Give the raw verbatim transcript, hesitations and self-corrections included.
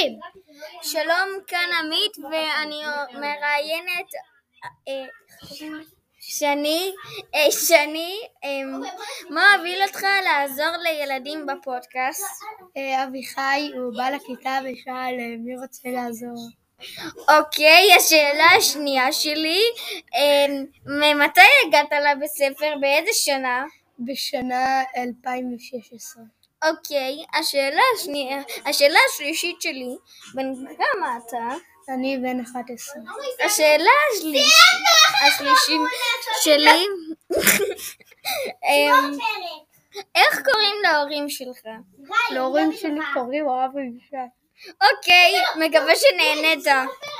נתחיל. שלום, כאן עמית ואני מראיינת שני, שני, מה הוביל אותך לעזור לילדים בפודקאסט? אביחי, הוא בא לכיתה ושאל מי רוצה לעזור. אוקיי, השאלה השנייה שלי, ממתי הגעת לבית ספר? באיזה שנה? בשנה אלפיים ושש עשרה. אוקיי, השאלה השנייה, השאלה השלישית שלי, בן כמה אתה? אני בן אחת עשרה. השאלה השלישית, השלישית שלי, איך קוראים להורים שלך? להורים שלי קוראים אוהב וישי. אוקיי, מקווה שנהנית.